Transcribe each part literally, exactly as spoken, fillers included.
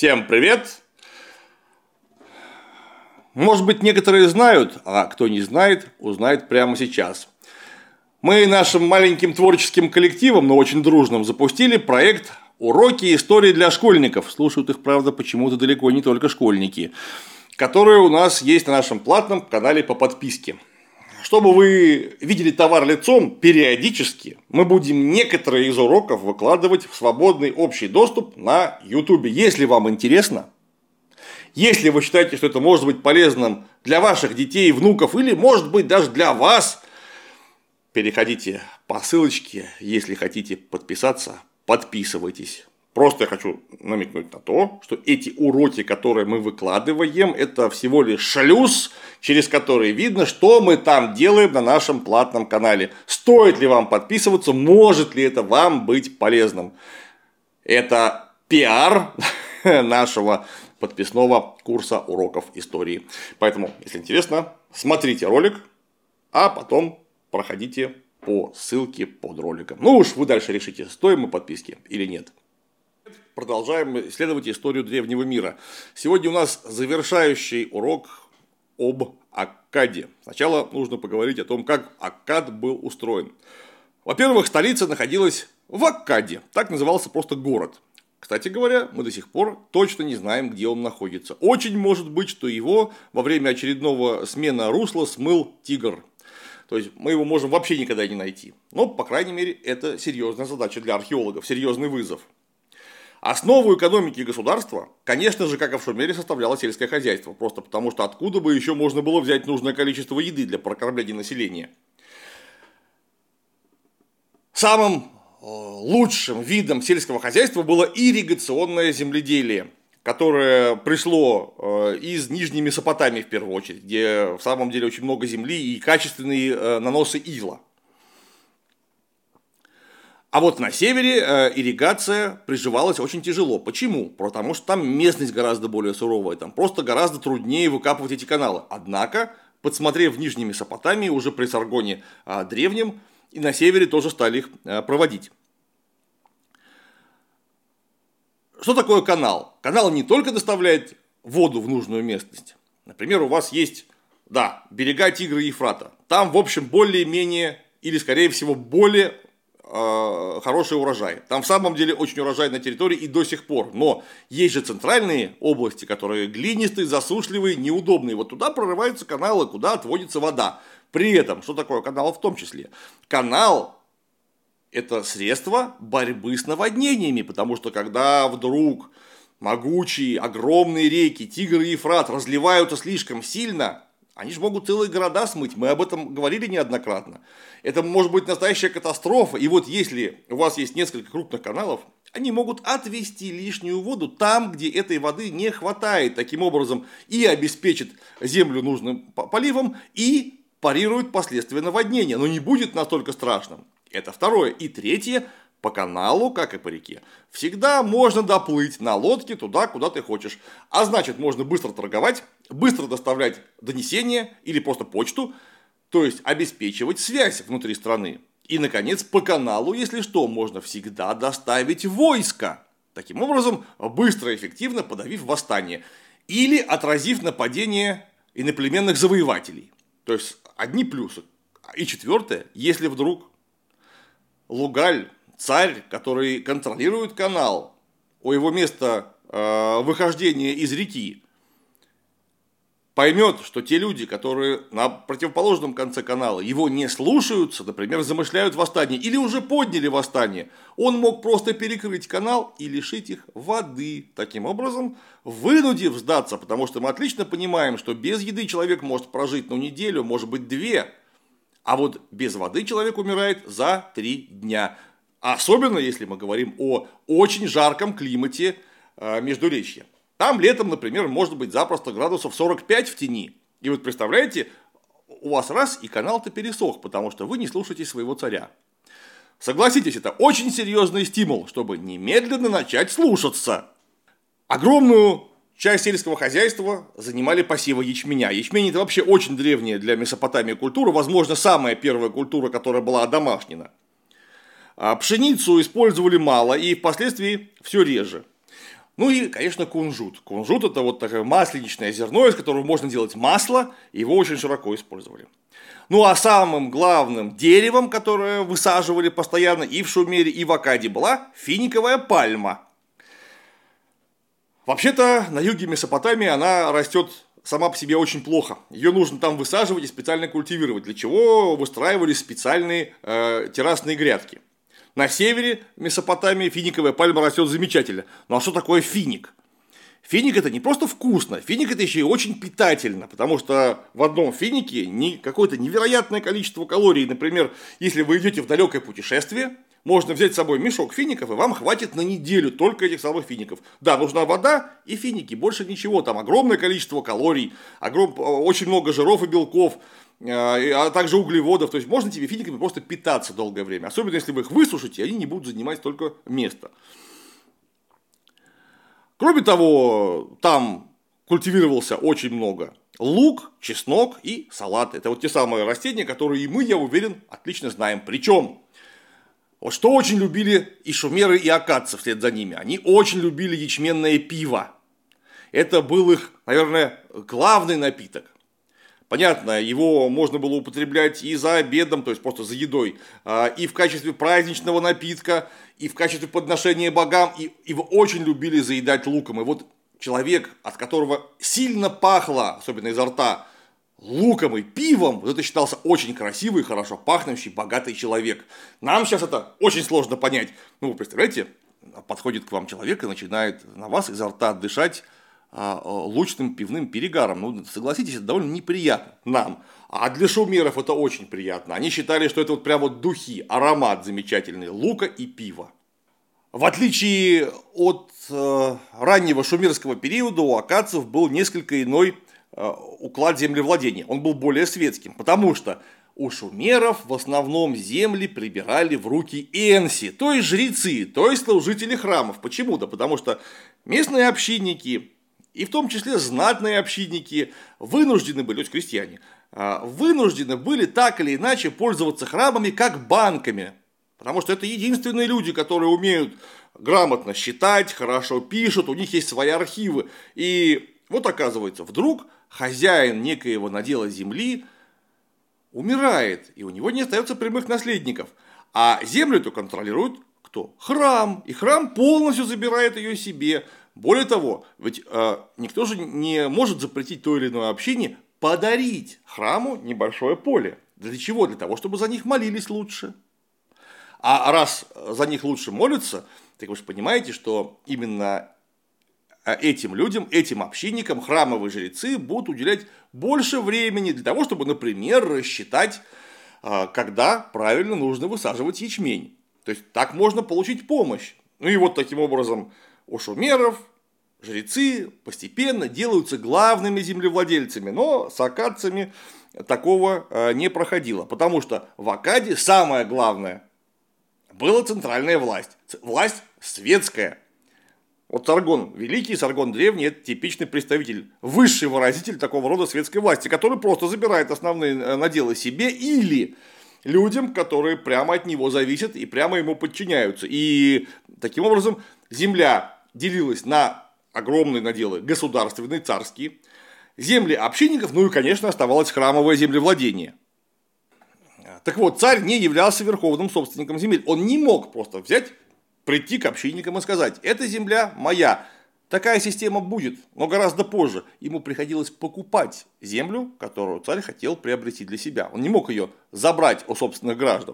Всем привет! Может быть, некоторые знают, а кто не знает, узнает прямо сейчас. Мы нашим маленьким творческим коллективом, но очень дружным, запустили проект «Уроки истории для школьников». Слушают их, правда, почему-то далеко не только школьники, которые у нас есть на нашем платном канале по подписке. Чтобы вы видели товар лицом, периодически мы будем некоторые из уроков выкладывать в свободный общий доступ на YouTube. Если вам интересно, если вы считаете, что это может быть полезным для ваших детей, внуков или, может быть, даже для вас, переходите по ссылочке, если хотите подписаться, подписывайтесь. Просто я хочу намекнуть на то, что эти уроки, которые мы выкладываем, это всего лишь шлюз, через который видно, что мы там делаем на нашем платном канале. Стоит ли вам подписываться, может ли это вам быть полезным. Это пиар нашего подписного курса уроков истории. Поэтому, если интересно, смотрите ролик, а потом проходите по ссылке под роликом. Ну уж вы дальше решите, стоим мы подписки или нет. Продолжаем исследовать историю древнего мира. Сегодня у нас завершающий урок об Аккаде. Сначала нужно поговорить о том, как Аккад был устроен. Во-первых, столица находилась в Аккаде. Так назывался просто город. Кстати говоря, мы до сих пор точно не знаем, где он находится. Очень может быть, что его во время очередного смена русла смыл Тигр. То есть мы его можем вообще никогда не найти. Но, по крайней мере, это серьезная задача для археологов, серьезный вызов. Основу экономики государства, конечно же, как и в Шумере, составляло сельское хозяйство. Просто потому, что откуда бы еще можно было взять нужное количество еды для прокормления населения. Самым лучшим видом сельского хозяйства было ирригационное земледелие, которое пришло из Нижней Месопотамии в первую очередь, где в самом деле очень много земли и качественные наносы ила. А вот на севере ирригация приживалась очень тяжело. Почему? Потому что там местность гораздо более суровая, там просто гораздо труднее выкапывать эти каналы. Однако, подсмотрев в Нижней Месопотамии, уже при Саргоне древнем, и на севере тоже стали их проводить. Что такое канал? Канал не только доставляет воду в нужную местность. Например, у вас есть, да, берега Тигра и Ефрата. Там, в общем, более-менее, или скорее всего, более хороший урожай. Там в самом деле очень урожайная территория и до сих пор. Но есть же центральные области, которые глинистые, засушливые, неудобные. Вот туда прорываются каналы, куда отводится вода. При этом, что такое канал в том числе? Канал – это средство борьбы с наводнениями. Потому что когда вдруг могучие, огромные реки Тигр и Ефрат разливаются слишком сильно, они же могут целые города смыть, мы об этом говорили неоднократно. Это может быть настоящая катастрофа. И вот если у вас есть несколько крупных каналов, они могут отвести лишнюю воду там, где этой воды не хватает. Таким образом и обеспечит землю нужным поливом, и парирует последствия наводнения. Но не будет настолько страшным. Это второе. И третье. По каналу, как и по реке, всегда можно доплыть на лодке туда, куда ты хочешь. А значит, можно быстро торговать, быстро доставлять донесения или просто почту, то есть обеспечивать связь внутри страны. И, наконец, по каналу, если что, можно всегда доставить войско. Таким образом, быстро и эффективно подавив восстание или отразив нападение иноплеменных завоевателей. То есть, одни плюсы. И четвертое, если вдруг Лугаль, царь, который контролирует канал, у его места э, выхождения из реки, поймет, что те люди, которые на противоположном конце канала его не слушаются, например, замышляют восстание или уже подняли восстание, он мог просто перекрыть канал и лишить их воды, таким образом вынудив сдаться, потому что мы отлично понимаем, что без еды человек может прожить ну неделю, может быть две, а вот без воды человек умирает за три дня. Особенно, если мы говорим о очень жарком климате Междуречья. Там летом, например, может быть запросто градусов сорок пять в тени. И вот представляете, у вас раз и канал-то пересох, потому что вы не слушаете своего царя. Согласитесь, это очень серьезный стимул, чтобы немедленно начать слушаться. Огромную часть сельского хозяйства занимали посевы ячменя. Ячмень – это вообще очень древняя для Месопотамии культура, возможно, самая первая культура, которая была одомашнена. Пшеницу использовали мало и впоследствии все реже. Ну и, конечно, кунжут. Кунжут – это вот такое масленичное зерно, из которого можно делать масло, и его очень широко использовали. Ну а самым главным деревом, которое высаживали постоянно и в Шумере, и в Аккаде, была финиковая пальма. Вообще-то на юге Месопотамии она растет сама по себе очень плохо. Ее нужно там высаживать и специально культивировать, для чего выстраивались специальные э, террасные грядки. На севере Месопотамии финиковая пальма растет замечательно. Ну а что такое финик? Финик это не просто вкусно, финик это еще и очень питательно, потому что в одном финике не какое-то невероятное количество калорий. Например, если вы идете в далекое путешествие, можно взять с собой мешок фиников, и вам хватит на неделю только этих самых фиников. Да, нужна вода и финики, больше ничего. Там огромное количество калорий, огром... очень много жиров и белков, а также углеводов. То есть можно тебе финиками просто питаться долгое время. Особенно если вы их высушите, они не будут занимать столько места. Кроме того, там культивировался очень много лук, чеснок и салат. Это вот те самые растения, которые и мы, я уверен, отлично знаем. Причем, вот что очень любили и шумеры, и аккадцы вслед за ними. Они очень любили ячменное пиво. Это был их, наверное, главный напиток. Понятно, его можно было употреблять и за обедом, то есть просто за едой, и в качестве праздничного напитка, и в качестве подношения богам, и его очень любили заедать луком. И вот человек, от которого сильно пахло, особенно изо рта, луком и пивом, вот это считался очень красивый, хорошо пахнущий, богатый человек. Нам сейчас это очень сложно понять. Ну, вы представляете, подходит к вам человек и начинает на вас изо рта дышать лучным пивным перегаром. Ну, согласитесь, это довольно неприятно нам. А для шумеров это очень приятно. Они считали, что это вот прям вот духи, аромат замечательный лука и пива. В отличие от э, раннего шумерского периода, у аккадцев был несколько иной э, уклад землевладения. Он был более светским, потому что у шумеров в основном земли прибирали в руки энси, то есть жрецы, то есть служители храмов. Почему? Да потому что местные общинники, и в том числе знатные общинники, вынуждены были, то есть крестьяне, вынуждены были так или иначе пользоваться храмами как банками. Потому что это единственные люди, которые умеют грамотно считать, хорошо пишут, у них есть свои архивы. И вот оказывается, вдруг хозяин некоего надела земли умирает, и у него не остается прямых наследников. А землю-то контролирует кто? Храм. И храм полностью забирает ее себе. Более того, ведь э, никто же не может запретить той или иной общине подарить храму небольшое поле. Для чего? Для того, чтобы за них молились лучше. А раз за них лучше молятся, так вы же понимаете, что именно этим людям, этим общинникам храмовые жрецы будут уделять больше времени для того, чтобы, например, рассчитать, когда правильно нужно высаживать ячмень. То есть так можно получить помощь. Ну и вот таким образом у шумеров жрецы постепенно делаются главными землевладельцами, но с аккадцами такого не проходило, потому что в Аккаде самое главное была центральная власть, власть светская. Вот Саргон Великий, Саргон Древний – это типичный представитель, высший выразитель такого рода светской власти, который просто забирает основные наделы себе или людям, которые прямо от него зависят и прямо ему подчиняются. И таким образом земля делилась на огромные наделы государственные, царские, земли общинников, ну и, конечно, оставалось храмовое землевладение. Так вот, царь не являлся верховным собственником земель. Он не мог просто взять, прийти к общинникам и сказать: эта земля моя. Такая система будет, но гораздо позже. Ему приходилось покупать землю, которую царь хотел приобрести для себя. Он не мог ее забрать у собственных граждан.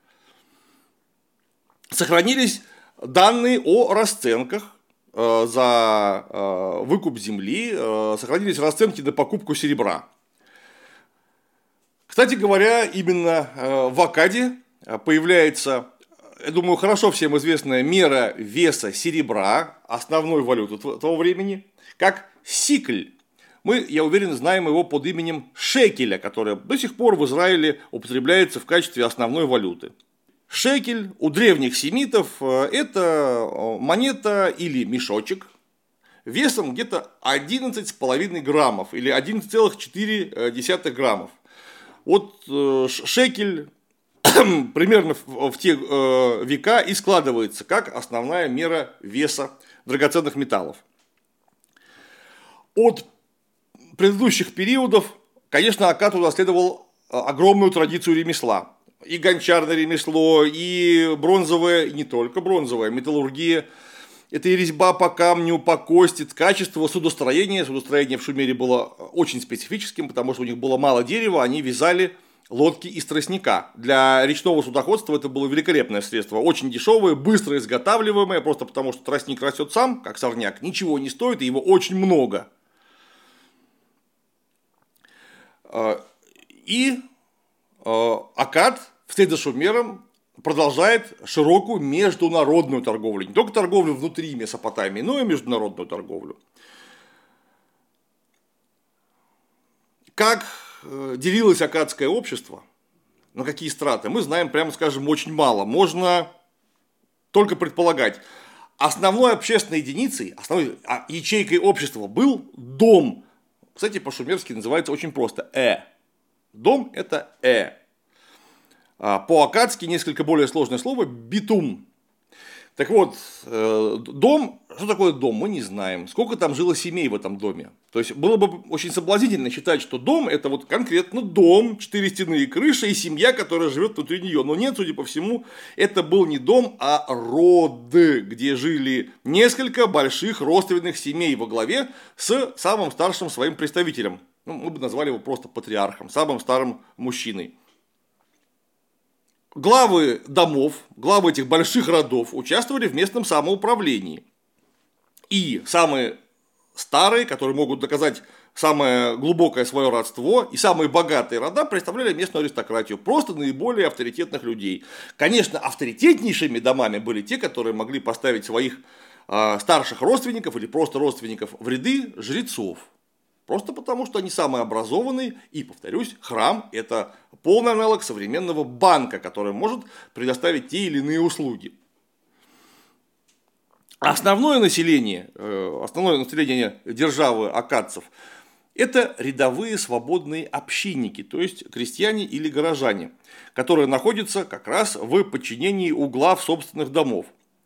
Сохранились данные о расценках за выкуп земли, сохранились расценки на покупку серебра. Кстати говоря, именно в Аккаде появляется, я думаю, хорошо всем известная мера веса серебра, основной валюты того времени, как сикль. Мы, я уверен, знаем его под именем шекеля, которое до сих пор в Израиле употребляется в качестве основной валюты. Шекель у древних семитов – это монета или мешочек весом где-то одиннадцать с половиной граммов или одиннадцать целых четыре десятых граммов. Вот шекель примерно в те века и складывается как основная мера веса драгоценных металлов. От предыдущих периодов, конечно, Аккад унаследовал огромную традицию ремесла. И гончарное ремесло, и бронзовое, и не только бронзовая, металлургия. Это и резьба по камню, по кости, качество судостроения. Судостроение в Шумере было очень специфическим, потому что у них было мало дерева, они вязали лодки из тростника. Для речного судоходства это было великолепное средство. Очень дешевое, быстро изготавливаемое, просто потому что тростник растет сам, как сорняк, ничего не стоит, и его очень много. И Аккад вслед за Шумером продолжает широкую международную торговлю. Не только торговлю внутри Месопотамии, но и международную торговлю. Как делилось аккадское общество, на какие страты, мы знаем, прямо скажем, очень мало. Можно только предполагать. Основной общественной единицей, основной ячейкой общества был дом. Кстати, по-шумерски называется очень просто «э». Дом – это «э». По-аккадски несколько более сложное слово «битум». Так вот, дом, что такое дом, мы не знаем. Сколько там жило семей в этом доме. То есть, было бы очень соблазнительно считать, что дом – это вот конкретно дом, четыре стены и крыша, и семья, которая живет внутри нее. Но нет, судя по всему, это был не дом, а род, где жили несколько больших родственных семей во главе с самым старшим своим представителем. Ну, мы бы назвали его просто патриархом, самым старым мужчиной. Главы домов, главы этих больших родов участвовали в местном самоуправлении. И самые старые, которые могут доказать самое глубокое свое родство, и самые богатые рода представляли местную аристократию, просто наиболее авторитетных людей. Конечно, авторитетнейшими домами были те, которые могли поставить своих э, старших родственников или просто родственников в ряды жрецов. Просто потому, что они самые образованные, и, повторюсь, храм – это полный аналог современного банка, который может предоставить те или иные услуги. Основное население, основное население державы аккадцев – это рядовые свободные общинники, то есть крестьяне или горожане, которые находятся как раз в подчинении у глав собственных домов.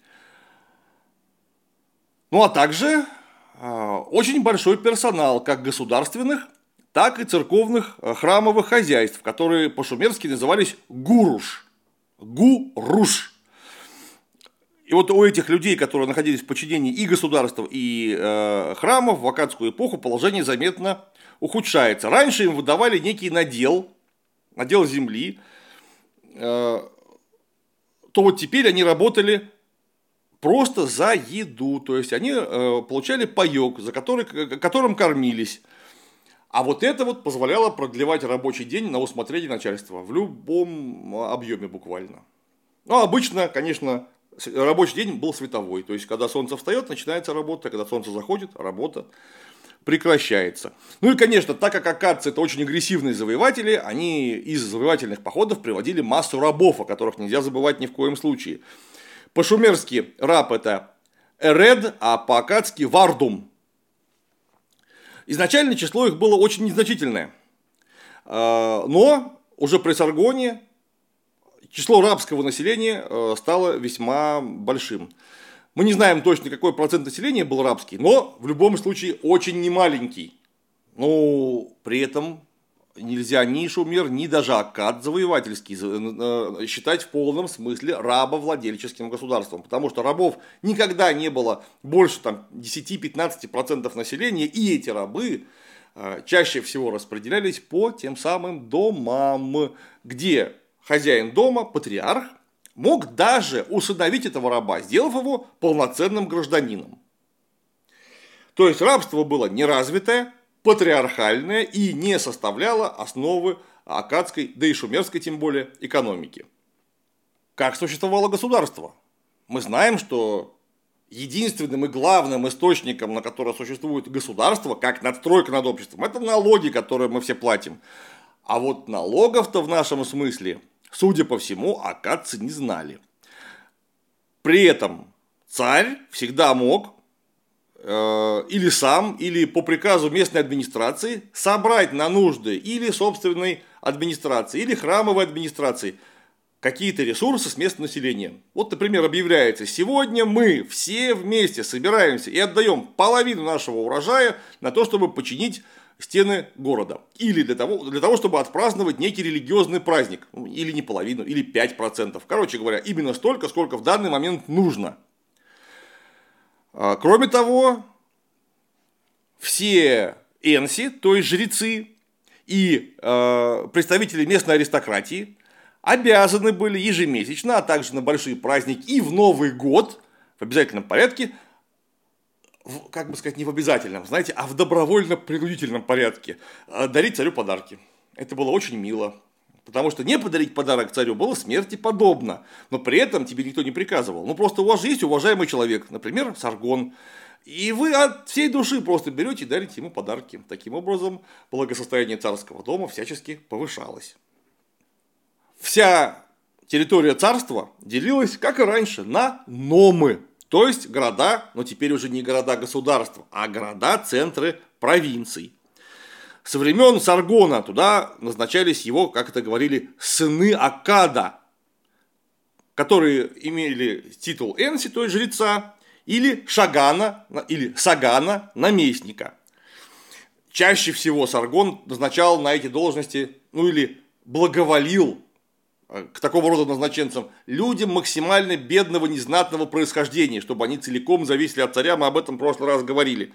Ну а также очень большой персонал как государственных, так и церковных храмовых хозяйств, которые по-шумерски назывались гуруш. Гуруш. И вот у этих людей, которые находились в подчинении и государств, и э, храмов в аккадскую эпоху, положение заметно ухудшается. Раньше им выдавали некий надел, надел земли, э, то вот теперь они работали просто за еду, то есть они э, получали паёк, за который, которым кормились. А вот это вот позволяло продлевать рабочий день на усмотрение начальства в любом объеме буквально. Ну, обычно, конечно, рабочий день был световой, то есть когда солнце встает, начинается работа, когда солнце заходит, работа прекращается. Ну и, конечно, так как аккадцы это очень агрессивные завоеватели, они из завоевательных походов приводили массу рабов, о которых нельзя забывать ни в коем случае. По-шумерски раб это эред, а по-аккадски вардум. Изначально число их было очень незначительное, но уже при Саргоне число рабского населения стало весьма большим. Мы не знаем точно, какой процент населения был рабский, но в любом случае очень немаленький. Но при этом нельзя ни Шумер, ни даже Аккад завоевательский считать в полном смысле рабовладельческим государством, потому что рабов никогда не было больше там, десять-пятнадцать процентов населения, и эти рабы чаще всего распределялись по тем самым домам, где хозяин дома, патриарх, мог даже усыновить этого раба, сделав его полноценным гражданином. То есть рабство было неразвитое, патриархальное и не составляло основы аккадской, да и шумерской тем более, экономики. Как существовало государство? Мы знаем, что единственным и главным источником, на который существует государство, как надстройка над обществом, это налоги, которые мы все платим. А вот налогов-то в нашем смысле, судя по всему, аккадцы не знали. При этом царь всегда мог или сам, или по приказу местной администрации собрать на нужды или собственной администрации, или храмовой администрации какие-то ресурсы с местным населением. Вот, например, объявляется: сегодня мы все вместе собираемся и отдаем половину нашего урожая на то, чтобы починить стены города. Или для того, для того, чтобы отпраздновать некий религиозный праздник. Или не половину, или пять процентов. Короче говоря, именно столько, сколько в данный момент нужно. Кроме того, все энси, то есть жрецы, и э, представители местной аристократии обязаны были ежемесячно, а также на большие праздники и в Новый год в обязательном порядке, в, как бы сказать, не в обязательном, знаете, а в добровольно-принудительном порядке дарить царю подарки. Это было очень мило. Потому что не подарить подарок царю было смерти подобно. Но при этом тебе никто не приказывал. Ну просто у вас же есть уважаемый человек, например, Саргон. И вы от всей души просто берете и дарите ему подарки. Таким образом, благосостояние царского дома всячески повышалось. Вся территория царства делилась, как и раньше, на номы. То есть города, но теперь уже не города-государства, а города-центры провинций. Со времен Саргона туда назначались его, как это говорили, сыны Аккада, которые имели титул энси, то есть жреца, или шагана, или сагана, наместника. Чаще всего Саргон назначал на эти должности, ну или благоволил к такого рода назначенцам людям максимально бедного, незнатного происхождения, чтобы они целиком зависели от царя, мы об этом в прошлый раз говорили.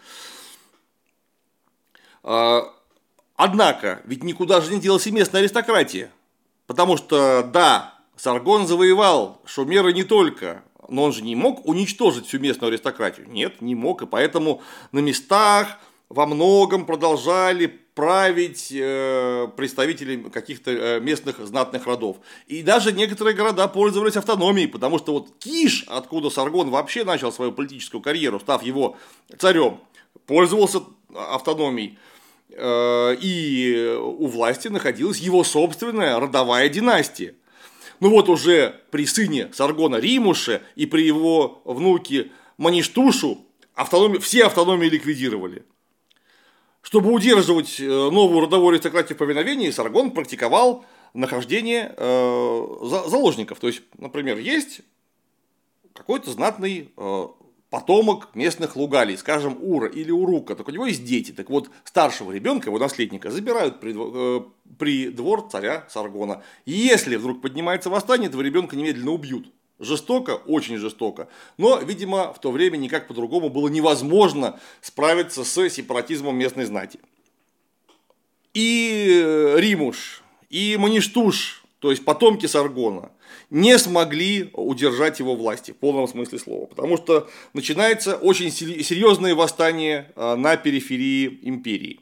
Однако, ведь никуда же не делась и местная аристократия, потому что, да, Саргон завоевал Шумеры не только, но он же не мог уничтожить всю местную аристократию, нет, не мог, и поэтому на местах во многом продолжали править э, представители каких-то местных знатных родов. И даже некоторые города пользовались автономией, потому что вот Киш, откуда Саргон вообще начал свою политическую карьеру, став его царем, пользовался автономией. Э, и у власти находилась его собственная родовая династия. Ну вот уже при сыне Саргона Римуше и при его внуке Маништушу автономи... все автономии ликвидировали. Чтобы удерживать новую родовую аристократию в повиновении, Саргон практиковал нахождение э, заложников. То есть, например, есть какой-то знатный э, потомок местных лугалей, скажем, Ура или Урука, так у него есть дети. Так вот, старшего ребенка, его наследника, забирают при, э, при двор царя Саргона. И если вдруг поднимается восстание, этого ребенка немедленно убьют. Жестоко, очень жестоко. Но, видимо, в то время никак по-другому было невозможно справиться с сепаратизмом местной знати. И Римуш, и Маништуш, то есть потомки Саргона, не смогли удержать его власти в полном смысле слова. Потому что начинается очень серьезное восстание на периферии империи.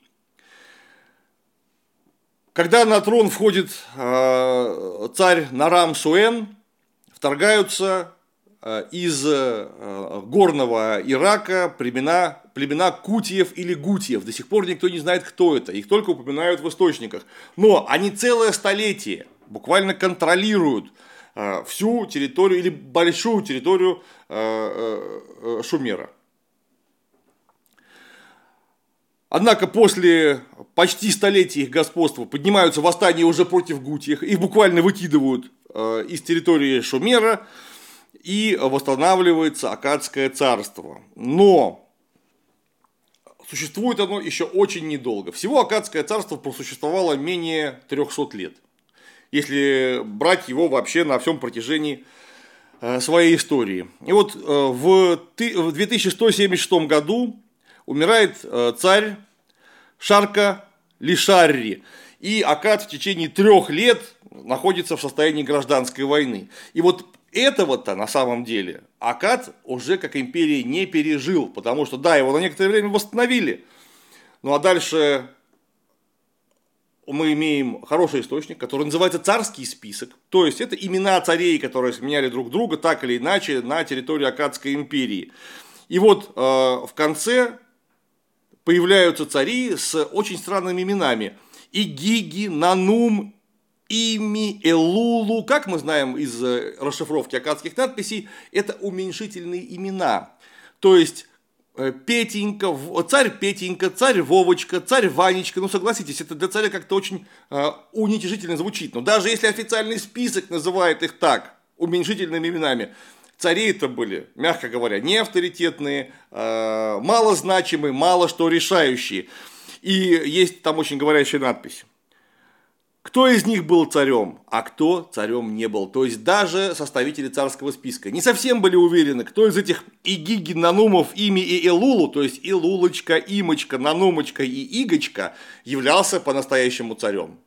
Когда на трон входит царь Нарам-Суэн, вторгаются из горного Ирака племена, племена Кутиев или Гутиев. До сих пор никто не знает, кто это. Их только упоминают в источниках. Но они целое столетие буквально контролируют всю территорию или большую территорию Шумера. Однако после почти столетия их господства поднимаются восстания уже против Гутиев. Их буквально выкидывают из территории Шумера, и восстанавливается Аккадское царство. Но существует оно еще очень недолго. Всего Аккадское царство просуществовало менее трехсот лет, если брать его вообще на всем протяжении своей истории. И вот в две тысячи сто семьдесят шестом году умирает царь Шарка-Лишарри. И Аккад в течение трех лет находится в состоянии гражданской войны. И вот этого-то на самом деле Аккад уже как империя не пережил. Потому что, да, его на некоторое время восстановили. Ну а дальше мы имеем хороший источник, который называется «Царский список». То есть это имена царей, которые сменяли друг друга так или иначе на территории Аккадской империи. И вот э, в конце появляются цари с очень странными именами. Игиги, Нанум, Ими, Элулу. Как мы знаем из расшифровки аккадских надписей, это уменьшительные имена. То есть Петенька, царь Петенька, царь Вовочка, царь Ванечка. Ну, согласитесь, это для царя как-то очень э, уничижительно звучит. Но даже если официальный список называет их так, уменьшительными именами, цари это были, мягко говоря, неавторитетные, э, малозначимые, мало что решающие. И есть там очень говорящая надпись. Кто из них был царем, а кто царем не был. То есть даже составители царского списка не совсем были уверены, кто из этих Игиги, Нанумов, Ими и Илулу, то есть Илулочка, Имочка, Нанумочка и Игочка, являлся по-настоящему царем.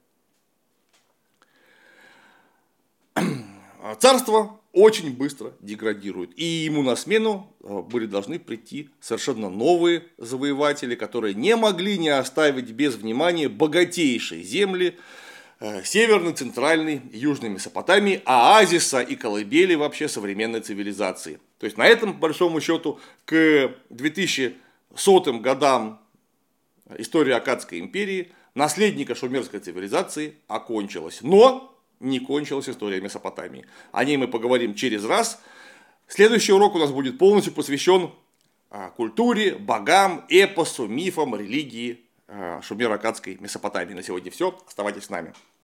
Царство очень быстро деградирует. И ему на смену были должны прийти совершенно новые завоеватели, которые не могли не оставить без внимания богатейшие земли Северной, Центральной, Южной Месопотамии, оазиса и колыбели вообще современной цивилизации. То есть на этом, по большому счету, к две тысячи сотым годам история Аккадской империи, наследника шумерской цивилизации, окончилась. Но не кончилась история Месопотамии. О ней мы поговорим через раз. Следующий урок у нас будет полностью посвящен культуре, богам, эпосу, мифам, религии Шумеро-Аккадской Месопотамии. На сегодня все. Оставайтесь с нами.